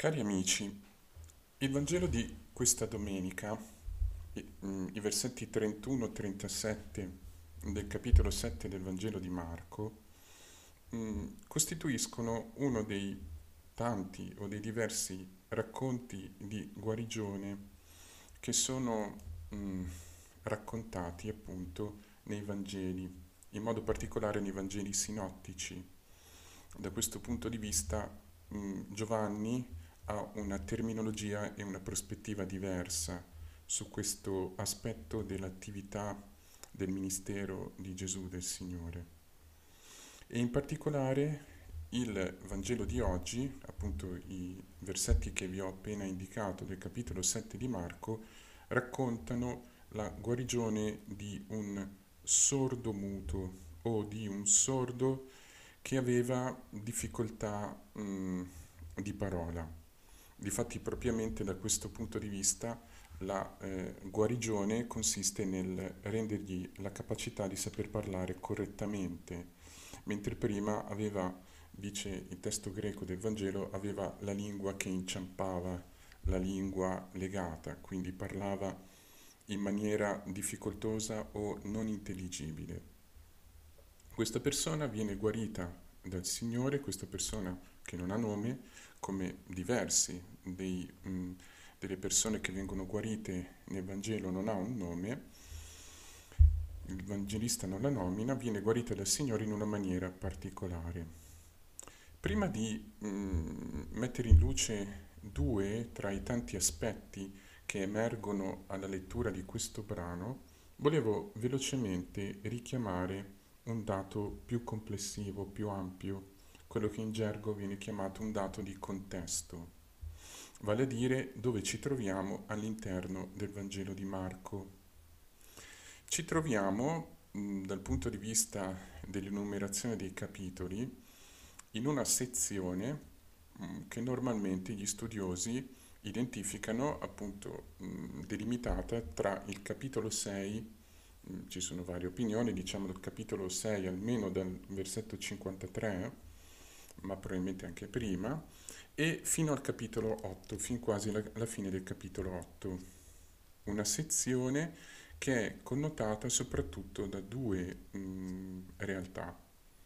Cari amici, il Vangelo di questa domenica, i versetti 31-37 del capitolo 7 del Vangelo di Marco, costituiscono uno dei tanti o dei diversi racconti di guarigione che sono raccontati appunto nei Vangeli, in modo particolare nei Vangeli sinottici. Da questo punto di vista, Giovanni ha una terminologia e una prospettiva diversa su questo aspetto dell'attività del ministero di Gesù del Signore. E in particolare il Vangelo di oggi, appunto i versetti che vi ho appena indicato del capitolo 7 di Marco, raccontano la guarigione di un sordo muto o di un sordo che aveva difficoltà di parola. Difatti, propriamente da questo punto di vista, la guarigione consiste nel rendergli la capacità di saper parlare correttamente, mentre prima aveva, dice il testo greco del Vangelo, aveva la lingua che inciampava, la lingua legata, quindi parlava in maniera difficoltosa o non intelligibile. Questa persona viene guarita dal Signore, questa persona che non ha nome, come delle persone che vengono guarite nel Vangelo non ha un nome, il Vangelista non la nomina, viene guarita dal Signore in una maniera particolare. Prima di mettere in luce due tra i tanti aspetti che emergono alla lettura di questo brano, volevo velocemente richiamare un dato più complessivo, più ampio, quello che in gergo viene chiamato un dato di contesto, vale a dire dove ci troviamo all'interno del Vangelo di Marco. Ci troviamo, dal punto di vista dell'enumerazione dei capitoli, in una sezione che normalmente gli studiosi identificano appunto delimitata tra il capitolo 6, ci sono varie opinioni, diciamo del capitolo 6 almeno dal versetto 53, ma probabilmente anche prima, e fino al capitolo 8, fin quasi la fine del capitolo 8. Una sezione che è connotata soprattutto da due realtà.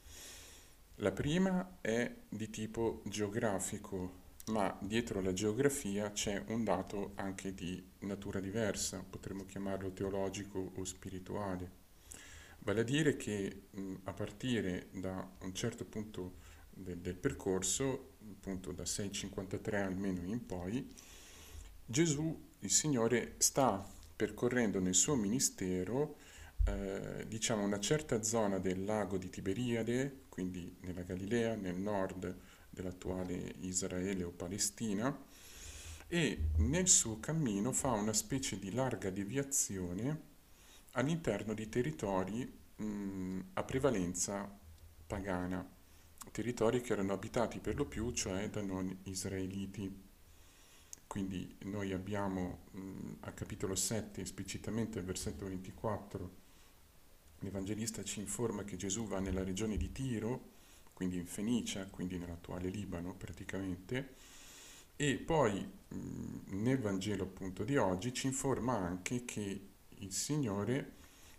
La prima è di tipo geografico, ma dietro la geografia c'è un dato anche di natura diversa, potremmo chiamarlo teologico o spirituale. Vale a dire che a partire da un certo punto del percorso, appunto da 6,53 almeno in poi, Gesù, il Signore, sta percorrendo nel suo ministero diciamo una certa zona del lago di Tiberiade, quindi nella Galilea, nel nord dell'attuale Israele o Palestina, e nel suo cammino fa una specie di larga deviazione all'interno di territori a prevalenza pagana, territori che erano abitati per lo più, cioè da non israeliti. Quindi noi abbiamo al capitolo 7, esplicitamente al versetto 24, l'Evangelista ci informa che Gesù va nella regione di Tiro, quindi in Fenicia, quindi nell'attuale Libano praticamente, e poi nel Vangelo appunto di oggi ci informa anche che il Signore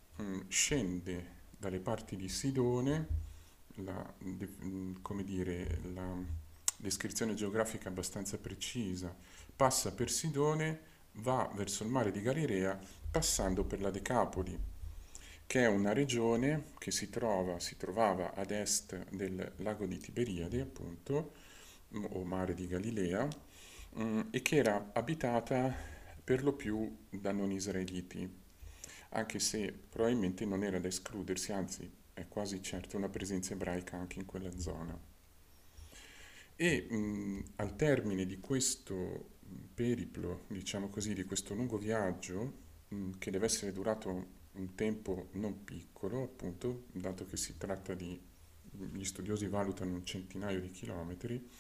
scende dalle parti di Sidone, come dire, la descrizione geografica abbastanza precisa, passa per Sidone, va verso il mare di Galilea, passando per la Decapoli, che è una regione che si trovava ad est del lago di Tiberiade, appunto, o mare di Galilea, e che era abitata per lo più da non israeliti, anche se probabilmente non era da escludersi, anzi è quasi certa una presenza ebraica anche in quella zona. E al termine di questo periplo, diciamo così, di questo lungo viaggio, che deve essere durato un tempo non piccolo, appunto, dato che si tratta di, gli studiosi valutano un centinaio di chilometri,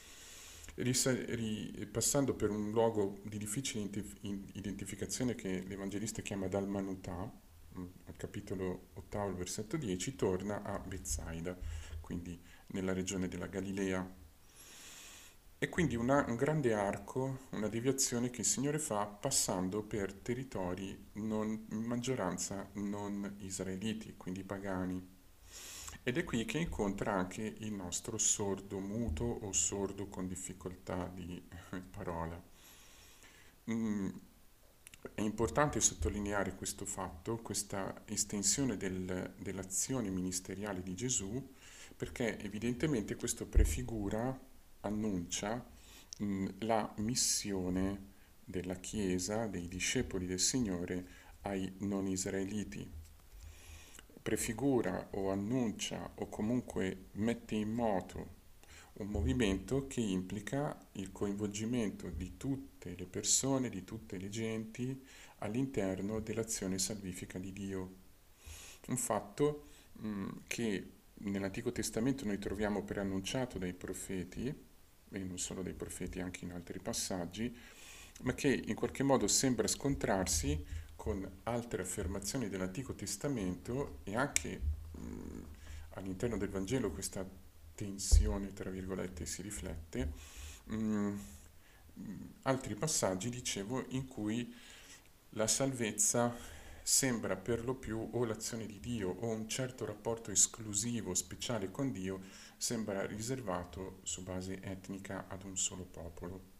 passando per un luogo di difficile identificazione che l'Evangelista chiama Dalmanutà, al capitolo 8, versetto 10, torna a Bezzaida, quindi nella regione della Galilea. E quindi un grande arco, una deviazione che il Signore fa passando per territori in maggioranza non israeliti, quindi pagani. Ed è qui che incontra anche il nostro sordo muto o sordo con difficoltà di parola. Mm, È importante sottolineare questo fatto, questa estensione dell'azione ministeriale di Gesù, perché evidentemente questo prefigura, annuncia la missione della Chiesa, dei discepoli del Signore ai non israeliti. Prefigura o annuncia o comunque mette in moto un movimento che implica il coinvolgimento di tutte le persone, di tutte le genti all'interno dell'azione salvifica di Dio. Un fatto che nell'Antico Testamento noi troviamo preannunciato dai profeti, e non solo dai profeti, anche in altri passaggi, ma che in qualche modo sembra scontrarsi con altre affermazioni dell'Antico Testamento e anche all'interno del Vangelo questa tensione, tra virgolette, si riflette. Mm, Altri passaggi, dicevo, in cui la salvezza sembra per lo più o l'azione di Dio o un certo rapporto esclusivo, speciale con Dio, sembra riservato su base etnica ad un solo popolo.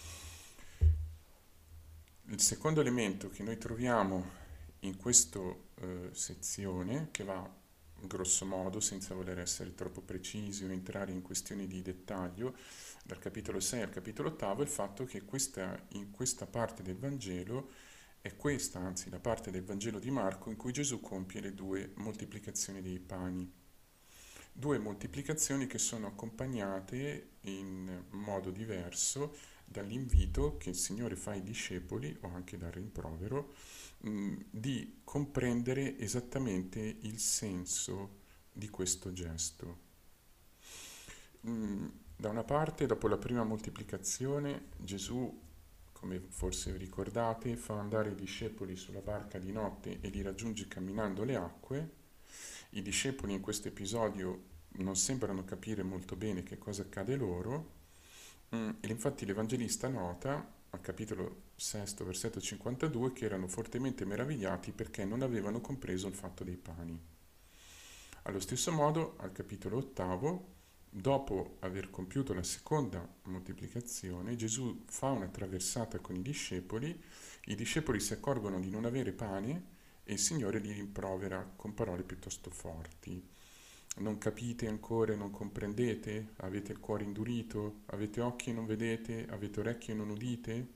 Il secondo elemento che noi troviamo in questa sezione, che va grosso modo, senza voler essere troppo precisi o entrare in questioni di dettaglio, dal capitolo 6 al capitolo 8, è il fatto che in questa parte del Vangelo è questa, anzi, la parte del Vangelo di Marco in cui Gesù compie le due moltiplicazioni dei pani. Due moltiplicazioni che sono accompagnate in modo diverso dall'invito che il Signore fa ai discepoli, o anche dal rimprovero, di comprendere esattamente il senso di questo gesto. Da una parte, dopo la prima moltiplicazione, Gesù, come forse ricordate, fa andare i discepoli sulla barca di notte e li raggiunge camminando le acque. I discepoli in questo episodio non sembrano capire molto bene che cosa accade loro, e infatti l'Evangelista nota, al capitolo 6, versetto 52, che erano fortemente meravigliati perché non avevano compreso il fatto dei pani. Allo stesso modo, al capitolo 8, dopo aver compiuto la seconda moltiplicazione, Gesù fa una traversata con i discepoli si accorgono di non avere pane e il Signore li rimprovera con parole piuttosto forti. Non capite ancora e non comprendete? Avete il cuore indurito? Avete occhi e non vedete? Avete orecchie e non udite?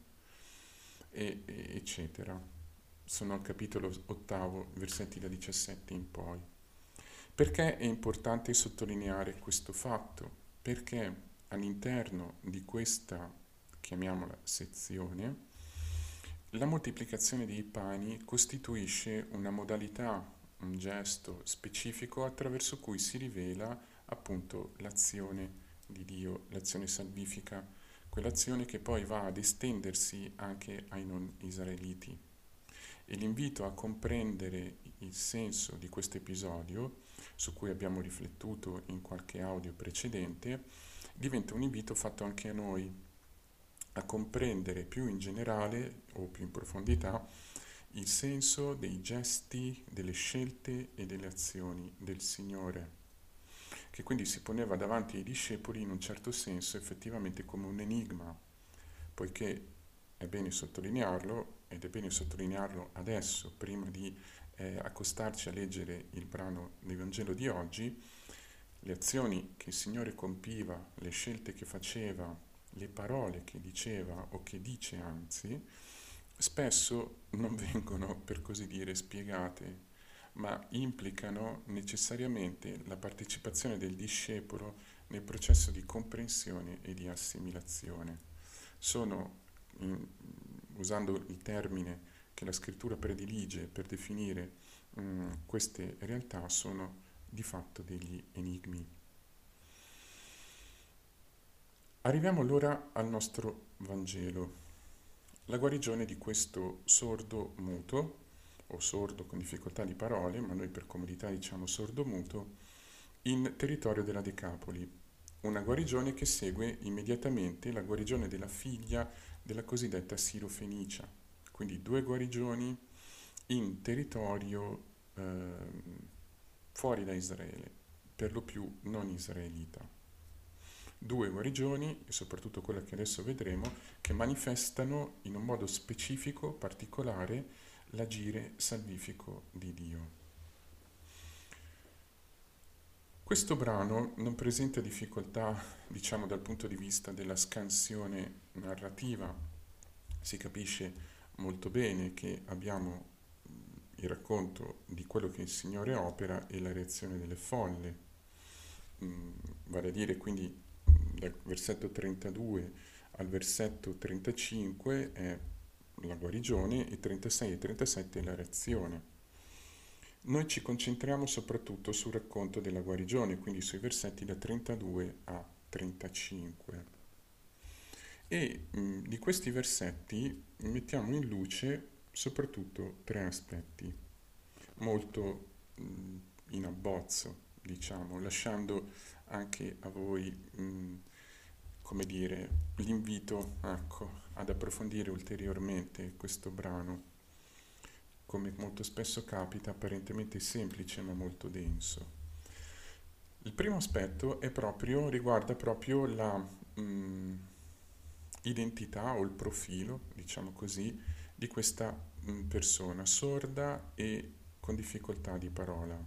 Eccetera. Sono al capitolo 8, versetti da 17 in poi. Perché è importante sottolineare questo fatto? Perché all'interno di questa, chiamiamola sezione, la moltiplicazione dei pani costituisce una modalità, un gesto specifico attraverso cui si rivela appunto l'azione di Dio, l'azione salvifica, quell'azione che poi va ad estendersi anche ai non israeliti. E l'invito a comprendere il senso di questo episodio, su cui abbiamo riflettuto in qualche audio precedente, diventa un invito fatto anche a noi a comprendere più in generale o più in profondità il senso dei gesti, delle scelte e delle azioni del Signore, che quindi si poneva davanti ai discepoli in un certo senso effettivamente come un enigma, poiché è bene sottolinearlo, ed è bene sottolinearlo adesso, prima di accostarci a leggere il brano del Vangelo di oggi, le azioni che il Signore compiva, le scelte che faceva, le parole che diceva o che dice anzi, spesso non vengono, per così dire, spiegate, ma implicano necessariamente la partecipazione del discepolo nel processo di comprensione e di assimilazione. Sono, in- usando il termine che la scrittura predilige per definire queste realtà, sono di fatto degli enigmi. Arriviamo allora al nostro Vangelo, la guarigione di questo sordo muto, o sordo con difficoltà di parole, ma noi per comodità diciamo sordo muto, in territorio della Decapoli, una guarigione che segue immediatamente la guarigione della figlia della cosiddetta Sirofenicia. Quindi due guarigioni in territorio fuori da Israele, per lo più non israelita. Due guarigioni, e soprattutto quella che adesso vedremo, che manifestano in un modo specifico, particolare, l'agire salvifico di Dio. Questo brano non presenta difficoltà, diciamo, dal punto di vista della scansione narrativa. Si capisce molto bene che abbiamo il racconto di quello che il Signore opera e la reazione delle folle. Vale a dire quindi dal versetto 32 al versetto 35 è la guarigione e 36 e 37 è la reazione. Noi ci concentriamo soprattutto sul racconto della guarigione, quindi sui versetti da 32 a 35. E di questi versetti mettiamo in luce soprattutto tre aspetti, molto in abbozzo, diciamo, lasciando anche a voi, come dire, l'invito, ecco, ad approfondire ulteriormente questo brano, come molto spesso capita, apparentemente semplice ma molto denso. Il primo aspetto riguarda proprio la identità o il profilo, diciamo così, di questa persona sorda e con difficoltà di parola.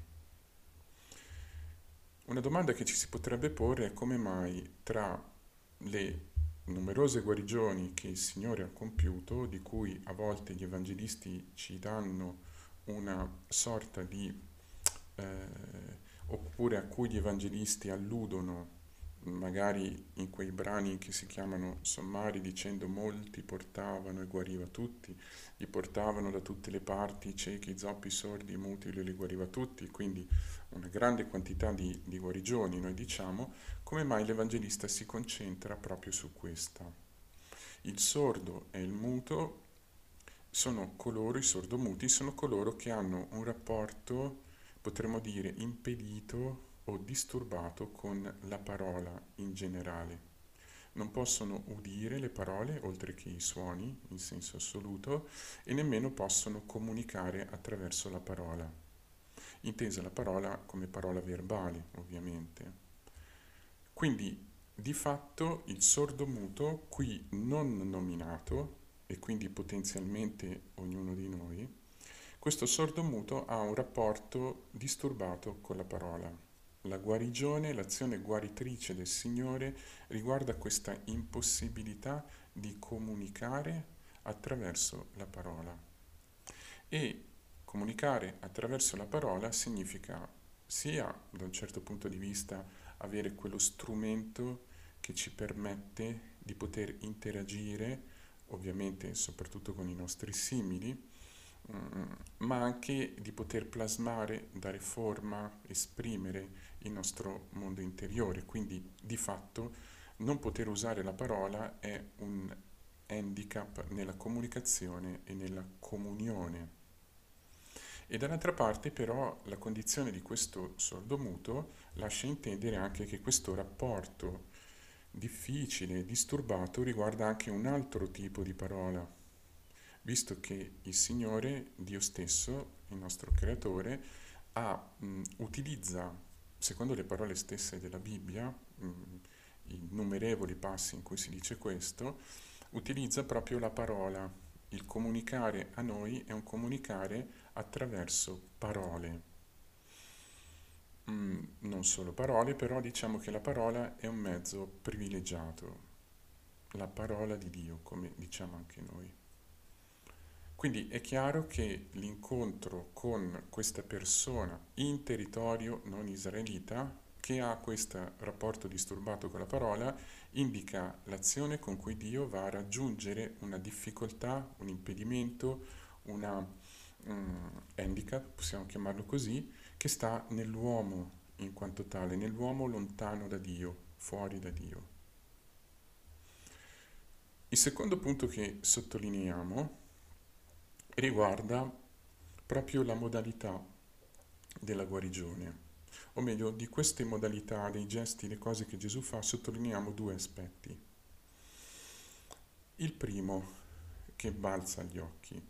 Una domanda che ci si potrebbe porre è come mai tra le numerose guarigioni che il Signore ha compiuto, di cui a volte gli evangelisti ci danno una sorta di oppure a cui gli evangelisti alludono magari in quei brani che si chiamano sommari, dicendo molti portavano e guariva tutti, li portavano da tutte le parti, ciechi, zoppi, sordi, muti, li guariva tutti, quindi una grande quantità di guarigioni, noi diciamo, come mai l'evangelista si concentra proprio su questa. Il sordo e il muto sono coloro, i sordomuti, sono coloro che hanno un rapporto, potremmo dire, impedito o disturbato con la parola in generale. Non possono udire le parole, oltre che i suoni, in senso assoluto, e nemmeno possono comunicare attraverso la parola. Intesa la parola come parola verbale, ovviamente. Quindi, di fatto, il sordomuto, qui non nominato, e quindi potenzialmente ognuno di noi, questo sordomuto ha un rapporto disturbato con la parola. La guarigione, l'azione guaritrice del Signore riguarda questa impossibilità di comunicare attraverso la parola. E comunicare attraverso la parola significa sia, da un certo punto di vista, avere quello strumento che ci permette di poter interagire, ovviamente soprattutto con i nostri simili, ma anche di poter plasmare, dare forma, esprimere il nostro mondo interiore. Quindi di fatto non poter usare la parola è un handicap nella comunicazione e nella comunione. E dall'altra parte però la condizione di questo sordomuto lascia intendere anche che questo rapporto difficile, disturbato, riguarda anche un altro tipo di parola, visto che il Signore, Dio stesso, il nostro Creatore, utilizza, secondo le parole stesse della Bibbia, i innumerevoli passi in cui si dice questo, utilizza proprio la parola. Il comunicare a noi è un comunicare attraverso parole. Non solo parole, però diciamo che la parola è un mezzo privilegiato, la parola di Dio, come diciamo anche noi. Quindi è chiaro che l'incontro con questa persona in territorio non israelita, che ha questo rapporto disturbato con la parola, indica l'azione con cui Dio va a raggiungere una difficoltà, un impedimento, una handicap, possiamo chiamarlo così, che sta nell'uomo in quanto tale, nell'uomo lontano da Dio, fuori da Dio. Il secondo punto che sottolineiamo riguarda proprio la modalità della guarigione, o meglio, di queste modalità, dei gesti, le cose che Gesù fa, sottolineiamo due aspetti. Il primo, che balza agli occhi.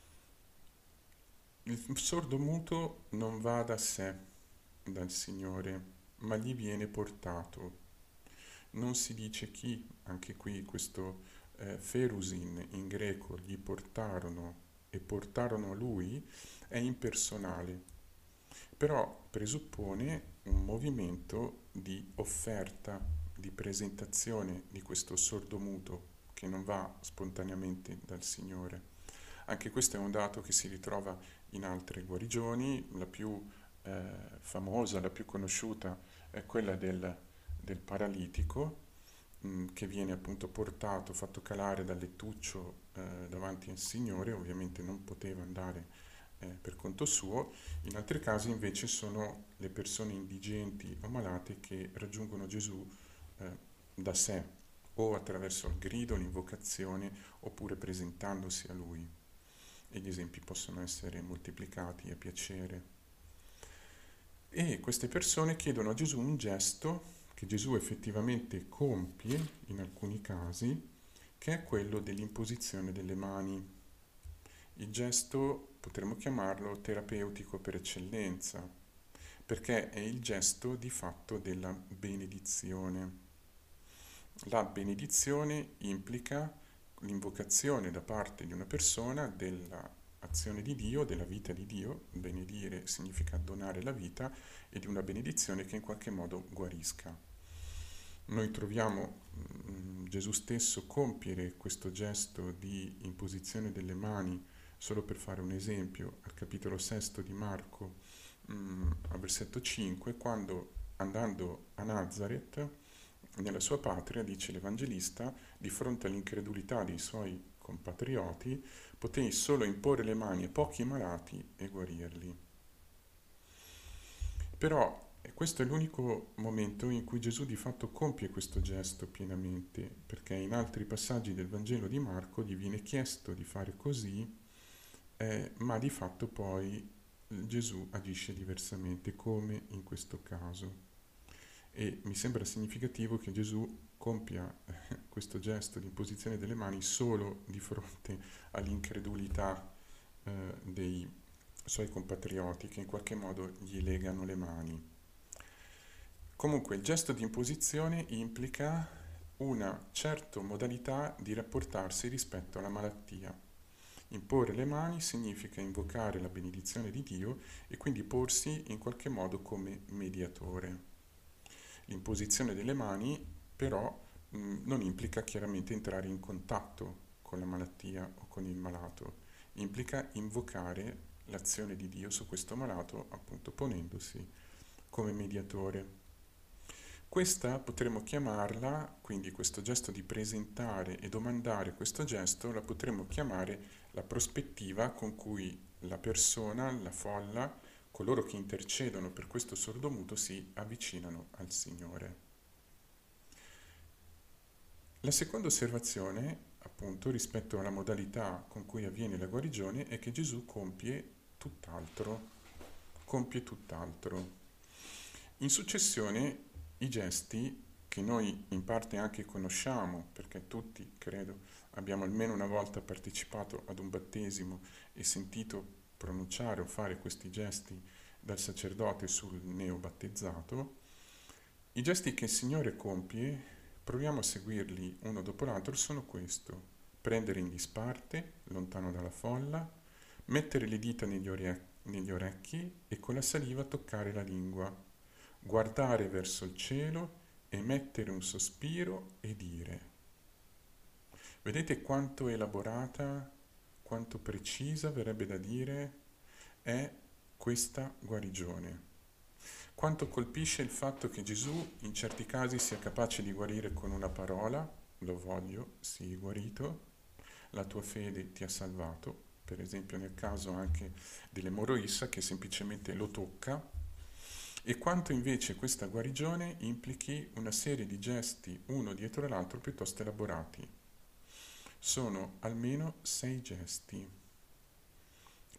Il sordo muto non va da sé, dal Signore, ma gli viene portato. Non si dice chi, anche qui questo ferusin in greco, gli portarono e portarono a lui, è impersonale, però presuppone un movimento di offerta, di presentazione di questo sordomuto che non va spontaneamente dal Signore. Anche questo è un dato che si ritrova in altre guarigioni, la più famosa, la più conosciuta è quella del paralitico, che viene appunto portato, fatto calare dal lettuccio davanti al Signore, ovviamente non poteva andare per conto suo. In altri casi invece sono le persone indigenti o malate che raggiungono Gesù da sé, o attraverso il grido, l'invocazione, oppure presentandosi a Lui. E gli esempi possono essere moltiplicati a piacere. E queste persone chiedono a Gesù un gesto che Gesù effettivamente compie in alcuni casi, che è quello dell'imposizione delle mani. Il gesto potremmo chiamarlo terapeutico per eccellenza, perché è il gesto di fatto della benedizione. La benedizione implica l'invocazione da parte di una persona dell'azione di Dio, della vita di Dio. Benedire significa donare la vita, e di una benedizione che in qualche modo guarisca. Noi troviamo Gesù stesso compiere questo gesto di imposizione delle mani, solo per fare un esempio, al capitolo 6 di Marco, al versetto 5, quando andando a Nazareth, nella sua patria, dice l'Evangelista, di fronte all'incredulità dei suoi compatrioti, potei solo imporre le mani a pochi malati e guarirli. Però questo è l'unico momento in cui Gesù di fatto compie questo gesto pienamente, perché in altri passaggi del Vangelo di Marco gli viene chiesto di fare così, ma di fatto poi Gesù agisce diversamente, come in questo caso. E mi sembra significativo che Gesù compia questo gesto di imposizione delle mani solo di fronte all'incredulità dei suoi compatrioti che in qualche modo gli legano le mani. Comunque il gesto di imposizione implica una certa modalità di rapportarsi rispetto alla malattia. Imporre le mani significa invocare la benedizione di Dio e quindi porsi in qualche modo come mediatore. L'imposizione delle mani però non implica chiaramente entrare in contatto con la malattia o con il malato, implica invocare l'azione di Dio su questo malato, appunto ponendosi come mediatore. Questa potremmo chiamarla, quindi questo gesto di presentare e domandare questo gesto, la potremmo chiamare la prospettiva con cui la persona, la folla, coloro che intercedono per questo sordomuto si avvicinano al Signore. La seconda osservazione, appunto, rispetto alla modalità con cui avviene la guarigione, è che Gesù compie tutt'altro. In successione, i gesti che noi in parte anche conosciamo, perché tutti, credo, abbiamo almeno una volta partecipato ad un battesimo e sentito pronunciare o fare questi gesti dal sacerdote sul neobattezzato, i gesti che il Signore compie, proviamo a seguirli uno dopo l'altro, sono questo: prendere in disparte, lontano dalla folla, mettere le dita negli orecchi e con la saliva toccare la lingua, guardare verso il cielo, emettere un sospiro e dire. Vedete quanto elaborata, quanto precisa, verrebbe da dire, è questa guarigione. Quanto colpisce il fatto che Gesù in certi casi sia capace di guarire con una parola: lo voglio, sii guarito, la tua fede ti ha salvato, per esempio nel caso anche dell'emorroissa che semplicemente lo tocca, e quanto invece questa guarigione implichi una serie di gesti uno dietro l'altro piuttosto elaborati. Sono almeno 6 gesti.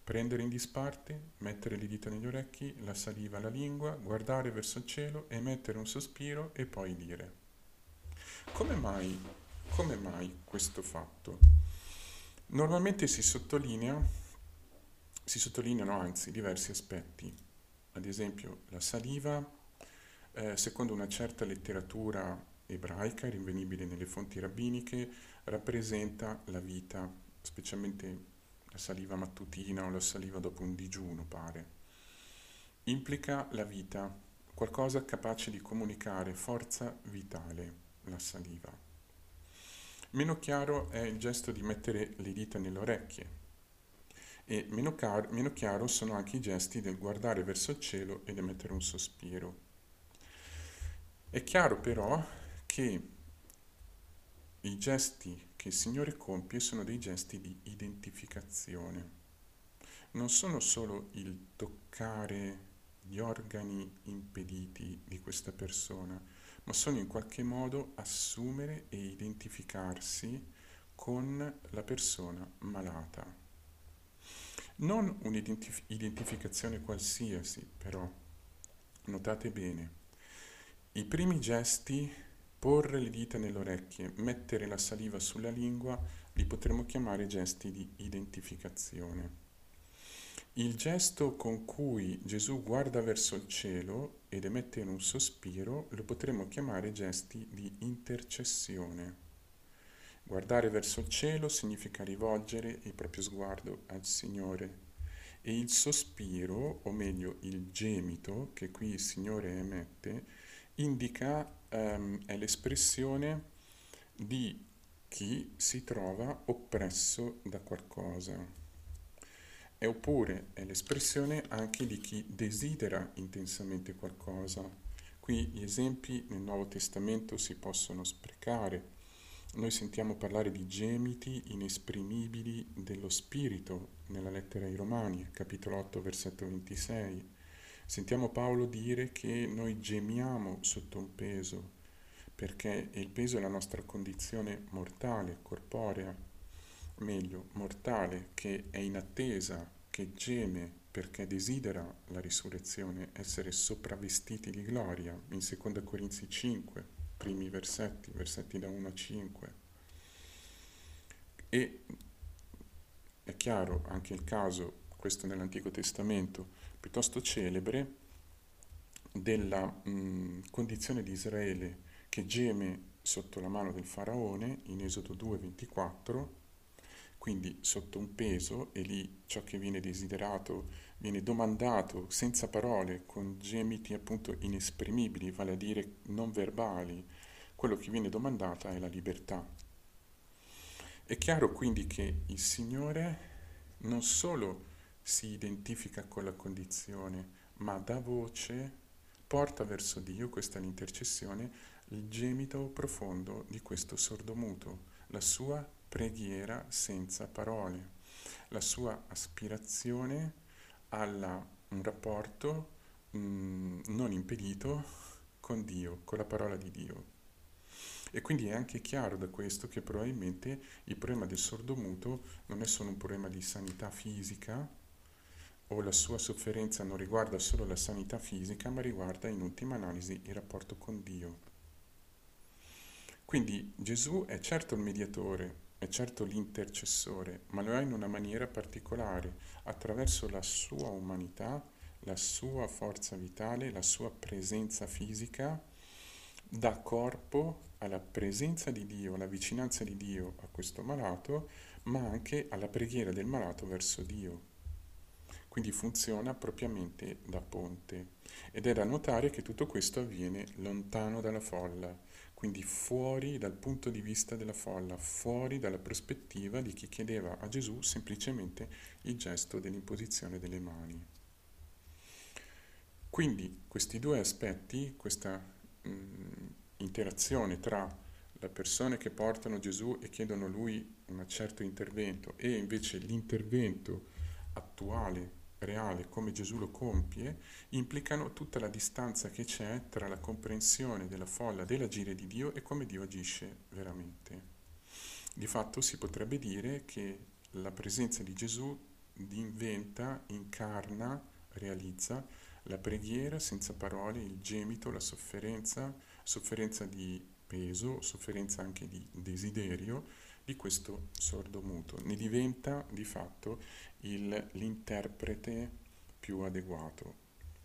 prendere in disparte, mettere le dita negli orecchi, la saliva alla lingua, guardare verso il cielo, emettere un sospiro e poi dire. Come mai, come mai questo fatto? Normalmente si sottolineano anzi diversi aspetti. Ad esempio, la saliva, secondo una certa letteratura ebraica, rinvenibile nelle fonti rabbiniche, rappresenta la vita, specialmente la saliva mattutina o la saliva dopo un digiuno, pare. Implica la vita, qualcosa capace di comunicare forza vitale, la saliva. Meno chiaro è il gesto di mettere le dita nelle orecchie e meno chiaro sono anche i gesti del guardare verso il cielo ed emettere un sospiro. È chiaro però che i gesti che il Signore compie sono dei gesti di identificazione. Non sono solo il toccare gli organi impediti di questa persona, ma sono in qualche modo assumere e identificarsi con la persona malata. Non un'identificazione qualsiasi, però, notate bene, i primi gesti, porre le dita nelle orecchie, mettere la saliva sulla lingua, li potremmo chiamare gesti di identificazione. Il gesto con cui Gesù guarda verso il cielo ed emette un sospiro lo potremmo chiamare gesti di intercessione. Guardare verso il cielo significa rivolgere il proprio sguardo al Signore e il sospiro, o meglio il gemito che qui il Signore emette, è l'espressione di chi si trova oppresso da qualcosa. È l'espressione anche di chi desidera intensamente qualcosa. Qui gli esempi nel Nuovo Testamento si possono sprecare. Noi sentiamo parlare di gemiti inesprimibili dello Spirito nella lettera ai Romani, capitolo 8, versetto 26. Sentiamo Paolo dire che noi gemiamo sotto un peso, perché il peso è la nostra condizione mortale, corporea, meglio, mortale, che è in attesa, che geme perché desidera la risurrezione, essere sopravvestiti di gloria, in 2 Corinzi 5, primi versetti da 1 a 5. E è chiaro anche il caso, questo nell'Antico Testamento, piuttosto celebre, della condizione di Israele che geme sotto la mano del faraone in Esodo 2:24, quindi sotto un peso, e lì ciò che viene desiderato viene domandato senza parole, con gemiti appunto inesprimibili, vale a dire non verbali. Quello che viene domandata è la libertà. È chiaro quindi che il Signore non solo si identifica con la condizione, ma dà voce, porta verso Dio, questa è l'intercessione, il gemito profondo di questo sordomuto, la sua preghiera senza parole, la sua aspirazione a un rapporto non impedito con Dio, con la parola di Dio. E quindi è anche chiaro da questo che probabilmente il problema del sordomuto non è solo un problema di sanità fisica, o la sua sofferenza non riguarda solo la sanità fisica, ma riguarda in ultima analisi il rapporto con Dio. Quindi Gesù è certo il mediatore, è certo l'intercessore, ma lo è in una maniera particolare, attraverso la sua umanità, la sua forza vitale, la sua presenza fisica, dà corpo alla presenza di Dio, alla vicinanza di Dio a questo malato, ma anche alla preghiera del malato verso Dio. Quindi funziona propriamente da ponte. Ed è da notare che tutto questo avviene lontano dalla folla, quindi fuori dal punto di vista della folla, fuori dalla prospettiva di chi chiedeva a Gesù semplicemente il gesto dell'imposizione delle mani. Quindi questi due aspetti, questa interazione tra le persone che portano Gesù e chiedono a lui un certo intervento e invece l'intervento attuale, reale, come Gesù lo compie, implicano tutta la distanza che c'è tra la comprensione della folla dell'agire di Dio e come Dio agisce veramente. Di fatto si potrebbe dire che la presenza di Gesù inventa, incarna, realizza la preghiera senza parole, il gemito, la sofferenza, sofferenza di peso, sofferenza anche di desiderio di questo sordomuto. Ne diventa di fatto l'interprete più adeguato.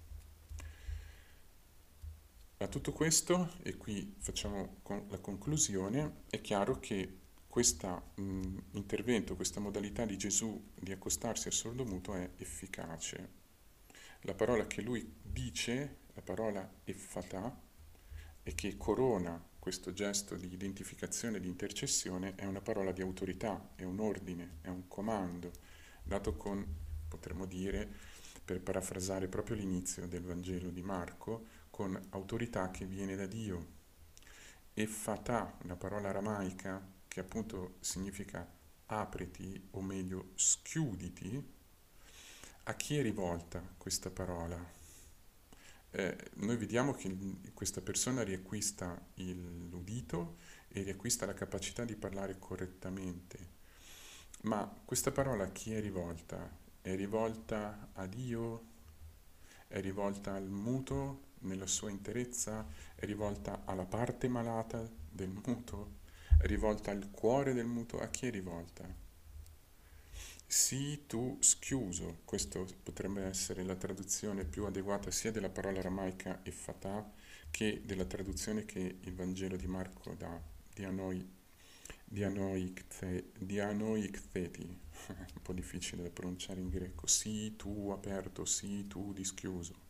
A tutto questo, e qui facciamo la conclusione, è chiaro che questo intervento, questa modalità di Gesù di accostarsi al sordomuto è efficace. La parola che lui dice, la parola effatà, e che corona questo gesto di identificazione e di intercessione, è una parola di autorità, è un ordine, è un comando, dato con, potremmo dire, per parafrasare proprio l'inizio del Vangelo di Marco, con autorità che viene da Dio. Effatà, una parola aramaica che appunto significa apriti, o meglio schiuditi. A chi è rivolta questa parola? Noi vediamo che questa persona riacquista l'udito e riacquista la capacità di parlare correttamente. Ma questa parola a chi è rivolta? È rivolta a Dio? È rivolta al muto nella sua interezza? È rivolta alla parte malata del muto? È rivolta al cuore del muto? A chi è rivolta? Sii tu schiuso, questo potrebbe essere la traduzione più adeguata sia della parola aramaica effatà che della traduzione che il Vangelo di Marco dà, dianoiktheti, un po' difficile da pronunciare in greco, sii tu aperto, sii tu dischiuso.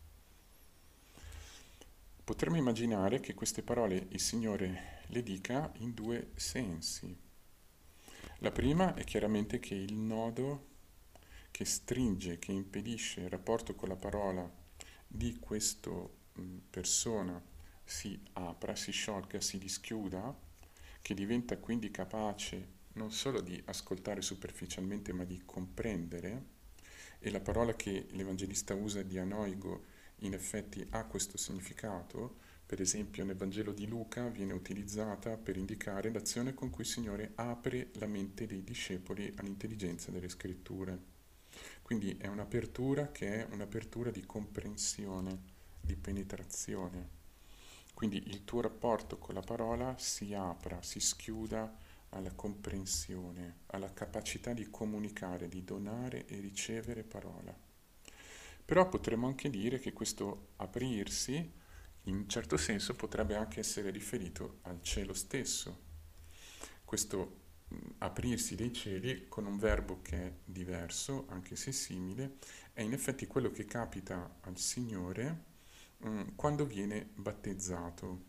Potremmo immaginare che queste parole il Signore le dica in due sensi. La prima è chiaramente che il nodo che stringe, che impedisce il rapporto con la parola di questa persona si apra, si sciolga, si dischiuda, che diventa quindi capace non solo di ascoltare superficialmente ma di comprendere, e la parola che l'Evangelista usa di anoigo in effetti ha questo significato. Per esempio nel Vangelo di Luca viene utilizzata per indicare l'azione con cui il Signore apre la mente dei discepoli all'intelligenza delle scritture. Quindi è un'apertura che è un'apertura di comprensione, di penetrazione. Quindi il tuo rapporto con la parola si apra, si schiuda alla comprensione, alla capacità di comunicare, di donare e ricevere parola. Però potremmo anche dire che questo aprirsi, in un certo senso, potrebbe anche essere riferito al cielo stesso. Questo aprirsi dei cieli con un verbo che è diverso, anche se simile, è in effetti quello che capita al Signore quando viene battezzato.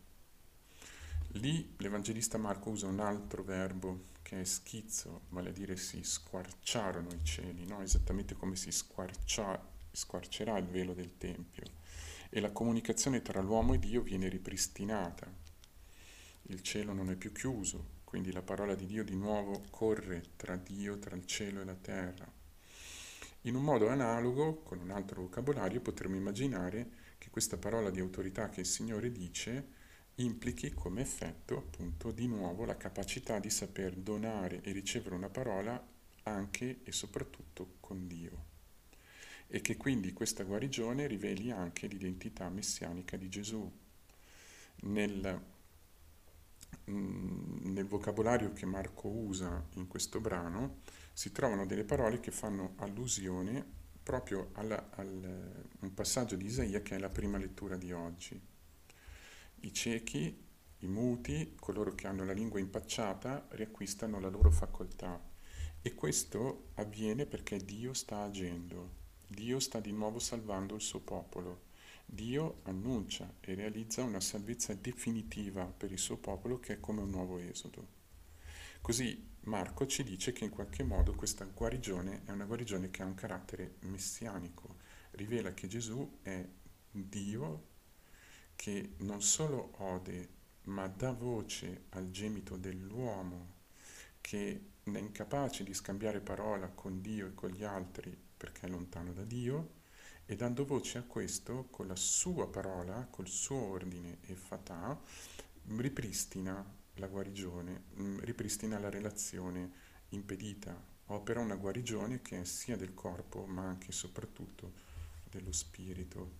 Lì l'Evangelista Marco usa un altro verbo che è schizzo, vale a dire si squarciarono i cieli, no? Esattamente come si squarcerà il velo del Tempio. E la comunicazione tra l'uomo e Dio viene ripristinata. Il cielo non è più chiuso, quindi la parola di Dio di nuovo corre tra Dio, tra il cielo e la terra. In un modo analogo, con un altro vocabolario, potremmo immaginare che questa parola di autorità che il Signore dice implichi come effetto appunto di nuovo la capacità di saper donare e ricevere una parola anche e soprattutto con Dio. E che quindi questa guarigione riveli anche l'identità messianica di Gesù. Nel vocabolario che Marco usa in questo brano si trovano delle parole che fanno allusione proprio un passaggio di Isaia che è la prima lettura di oggi. I ciechi, i muti, coloro che hanno la lingua impacciata, riacquistano la loro facoltà. E questo avviene perché Dio sta agendo, Dio sta di nuovo salvando il suo popolo. Dio annuncia e realizza una salvezza definitiva per il suo popolo che è come un nuovo esodo. Così Marco ci dice che in qualche modo questa guarigione è una guarigione che ha un carattere messianico, rivela che Gesù è Dio che non solo ode, ma dà voce al gemito dell'uomo, che è incapace di scambiare parola con Dio e con gli altri perché è lontano da Dio, e dando voce a questo, con la sua parola, col suo ordine e fatà, ripristina la guarigione, ripristina la relazione impedita, opera una guarigione che è sia del corpo ma anche e soprattutto dello spirito.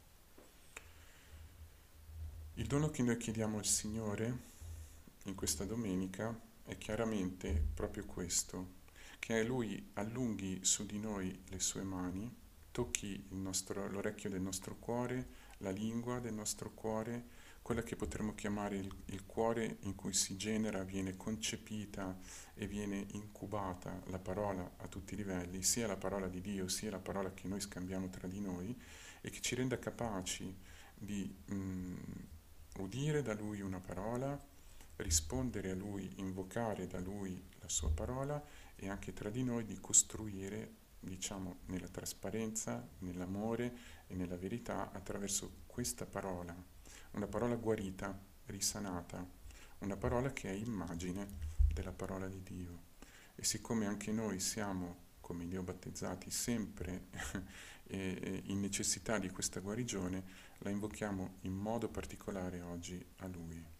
Il dono che noi chiediamo al Signore in questa domenica è chiaramente proprio questo, che Lui allunghi su di noi le sue mani, tocchi l'orecchio del nostro cuore, la lingua del nostro cuore, quella che potremmo chiamare il cuore in cui si genera, viene concepita e viene incubata la parola a tutti i livelli, sia la parola di Dio, sia la parola che noi scambiamo tra di noi, e che ci renda capaci di udire da Lui una parola, rispondere a Lui, invocare da Lui la sua parola e anche tra di noi di costruire, diciamo, nella trasparenza, nell'amore e nella verità attraverso questa parola, una parola guarita, risanata, una parola che è immagine della parola di Dio. E siccome anche noi siamo, come neobattezzati, sempre in necessità di questa guarigione, la invochiamo in modo particolare oggi a Lui.